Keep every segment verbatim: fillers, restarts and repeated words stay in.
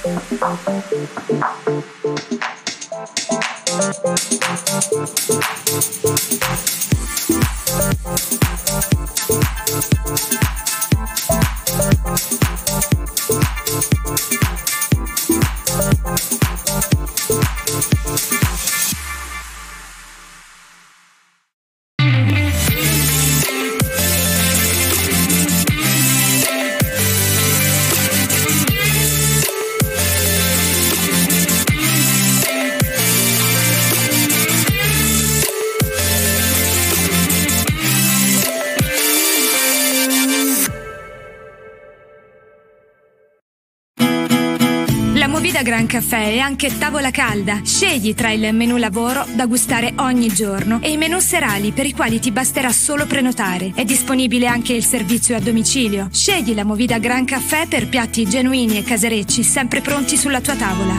Gran Caffè e anche tavola calda. Scegli tra il menù lavoro da gustare ogni giorno e i menù serali per i quali ti basterà solo prenotare. È disponibile anche il servizio a domicilio. Scegli la Movida Gran Caffè per piatti genuini e caserecci sempre pronti sulla tua tavola.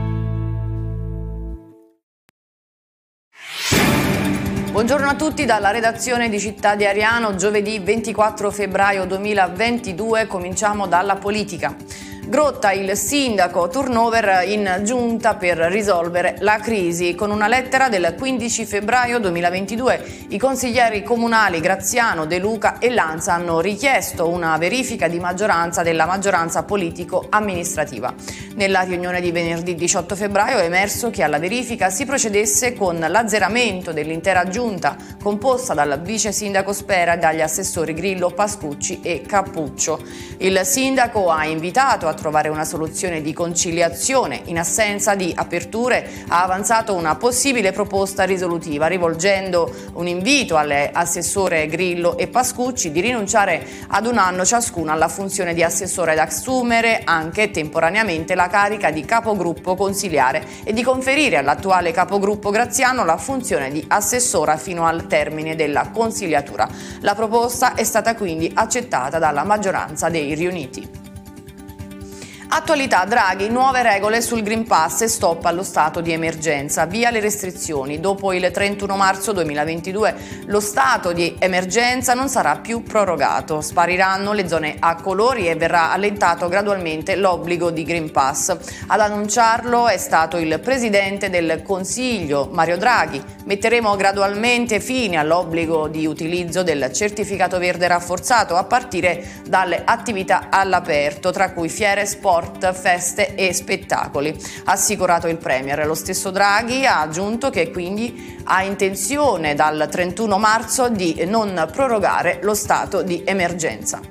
Buongiorno a tutti dalla redazione di Città di Ariano, giovedì ventiquattro febbraio duemilaventidue, cominciamo dalla politica. Grotta il sindaco, turnover in giunta per risolvere la crisi. Con una lettera del quindici febbraio duemilaventidue i consiglieri comunali Graziano, De Luca e Lanza hanno richiesto una verifica di maggioranza della maggioranza politico-amministrativa. Nella riunione di venerdì diciotto febbraio è emerso che alla verifica si procedesse con l'azzeramento dell'intera giunta composta dal vice sindaco Spera e dagli assessori Grillo, Pascucci e Cappuccio. Il sindaco ha invitato a trovare una soluzione di conciliazione. In assenza di aperture ha avanzato una possibile proposta risolutiva, rivolgendo un invito all'assessore Grillo e Pascucci di rinunciare ad un anno ciascuno alla funzione di assessore ed assumere anche temporaneamente la carica di capogruppo consiliare e di conferire all'attuale capogruppo Graziano la funzione di assessora fino al termine della consiliatura. La proposta è stata quindi accettata dalla maggioranza dei riuniti. Attualità, Draghi, nuove regole sul Green Pass e stop allo stato di emergenza, via le restrizioni. Dopo il trentuno marzo duemilaventidue lo stato di emergenza non sarà più prorogato, spariranno le zone a colori e verrà allentato gradualmente l'obbligo di Green Pass. Ad annunciarlo è stato il presidente del Consiglio, Mario Draghi. Metteremo gradualmente fine all'obbligo di utilizzo del certificato verde rafforzato a partire dalle attività all'aperto, tra cui fiere, sport, feste e spettacoli, ha assicurato il Premier. Lo stesso Draghi ha aggiunto che quindi ha intenzione dal trentuno marzo di non prorogare lo stato di emergenza.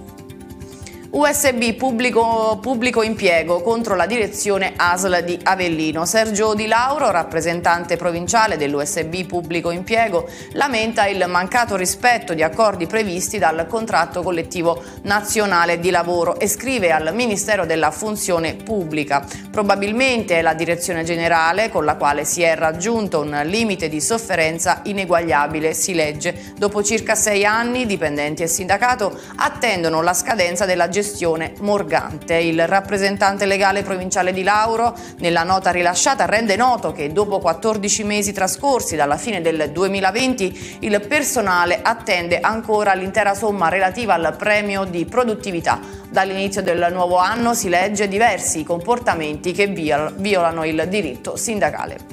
U S B pubblico, pubblico impiego contro la direzione A S L di Avellino. Sergio Di Lauro, rappresentante provinciale dell'U S B pubblico impiego, lamenta il mancato rispetto di accordi previsti dal contratto collettivo nazionale di lavoro e scrive al Ministero della Funzione Pubblica. Probabilmente è la direzione generale con la quale si è raggiunto un limite di sofferenza ineguagliabile, si legge. Dopo circa sei anni, dipendenti e sindacato attendono la scadenza della gestione gestione morgante. Il rappresentante legale provinciale Di Lauro, nella nota rilasciata, rende noto che dopo quattordici mesi trascorsi dalla fine del duemilaventi il personale attende ancora l'intera somma relativa al premio di produttività. Dall'inizio del nuovo anno, si legge, diversi comportamenti che violano il diritto sindacale.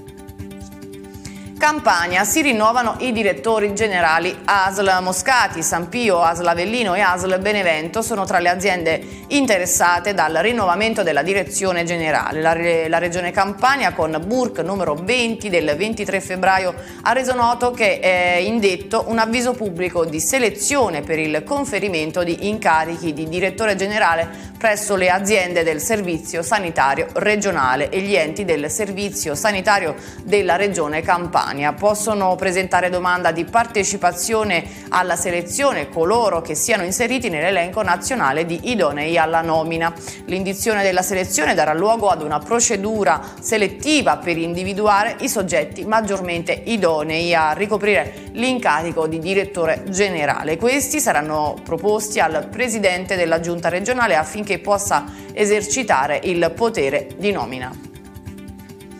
Campania, si rinnovano i direttori generali. A S L Moscati, San Pio, A S L Avellino e A S L Benevento sono tra le aziende interessate dal rinnovamento della direzione generale. La, Re- la Regione Campania, con Burk numero venti del ventitré febbraio, ha reso noto che è indetto un avviso pubblico di selezione per il conferimento di incarichi di direttore generale presso le aziende del Servizio Sanitario Regionale e gli enti del Servizio Sanitario della Regione Campania. Possono presentare domanda di partecipazione alla selezione coloro che siano inseriti nell'elenco nazionale di idonei alla nomina. L'indizione della selezione darà luogo ad una procedura selettiva per individuare i soggetti maggiormente idonei a ricoprire l'incarico di direttore generale. Questi saranno proposti al presidente della giunta regionale affinché possa esercitare il potere di nomina.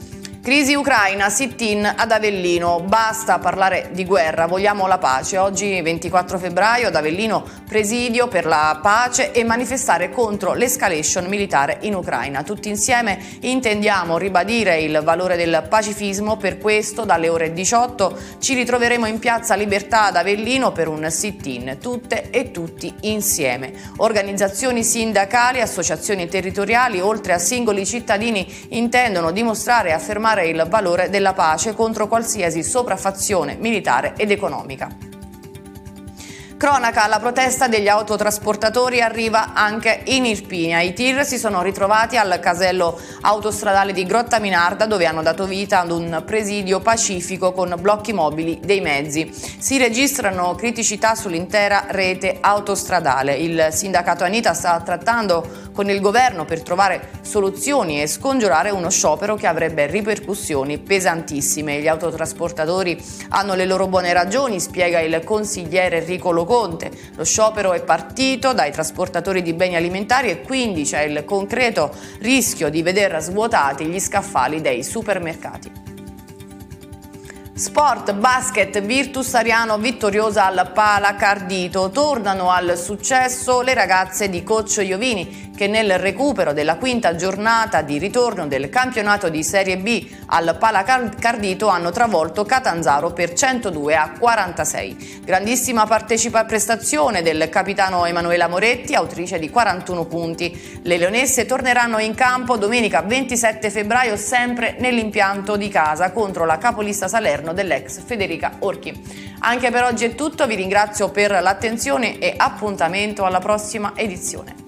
Crisi ucraina, sit-in ad Avellino, basta parlare di guerra, vogliamo la pace. Oggi ventiquattro febbraio ad Avellino presidio per la pace e manifestare contro l'escalation militare in Ucraina. Tutti insieme intendiamo ribadire il valore del pacifismo, per questo dalle ore diciotto ci ritroveremo in Piazza Libertà ad Avellino per un sit-in, tutte e tutti insieme. Organizzazioni sindacali, associazioni territoriali, oltre a singoli cittadini intendono dimostrare e affermare il valore della pace contro qualsiasi sopraffazione militare ed economica. Cronaca, la protesta degli autotrasportatori arriva anche in Irpinia. I T I R si sono ritrovati al casello autostradale di Grottaminarda, dove hanno dato vita ad un presidio pacifico con blocchi mobili dei mezzi. Si registrano criticità sull'intera rete autostradale. Il sindacato Anita sta trattando con il governo per trovare soluzioni e scongiurare uno sciopero che avrebbe ripercussioni pesantissime. Gli autotrasportatori hanno le loro buone ragioni, spiega il consigliere Enrico Loconte. Lo sciopero è partito dai trasportatori di beni alimentari e quindi c'è il concreto rischio di veder svuotati gli scaffali dei supermercati. Sport, basket, Virtus Ariano vittoriosa al Palacardito. Tornano al successo le ragazze di coach Iovini, che nel recupero della quinta giornata di ritorno del campionato di Serie B al Palacardito hanno travolto Catanzaro per centodue a quarantasei. Grandissima partecipa prestazione del capitano Emanuela Moretti, autrice di quarantuno punti. Le leonesse torneranno in campo domenica ventisette febbraio sempre nell'impianto di casa contro la capolista Salerno dell'ex Federica Orchi. Anche per oggi è tutto, vi ringrazio per l'attenzione e appuntamento alla prossima edizione.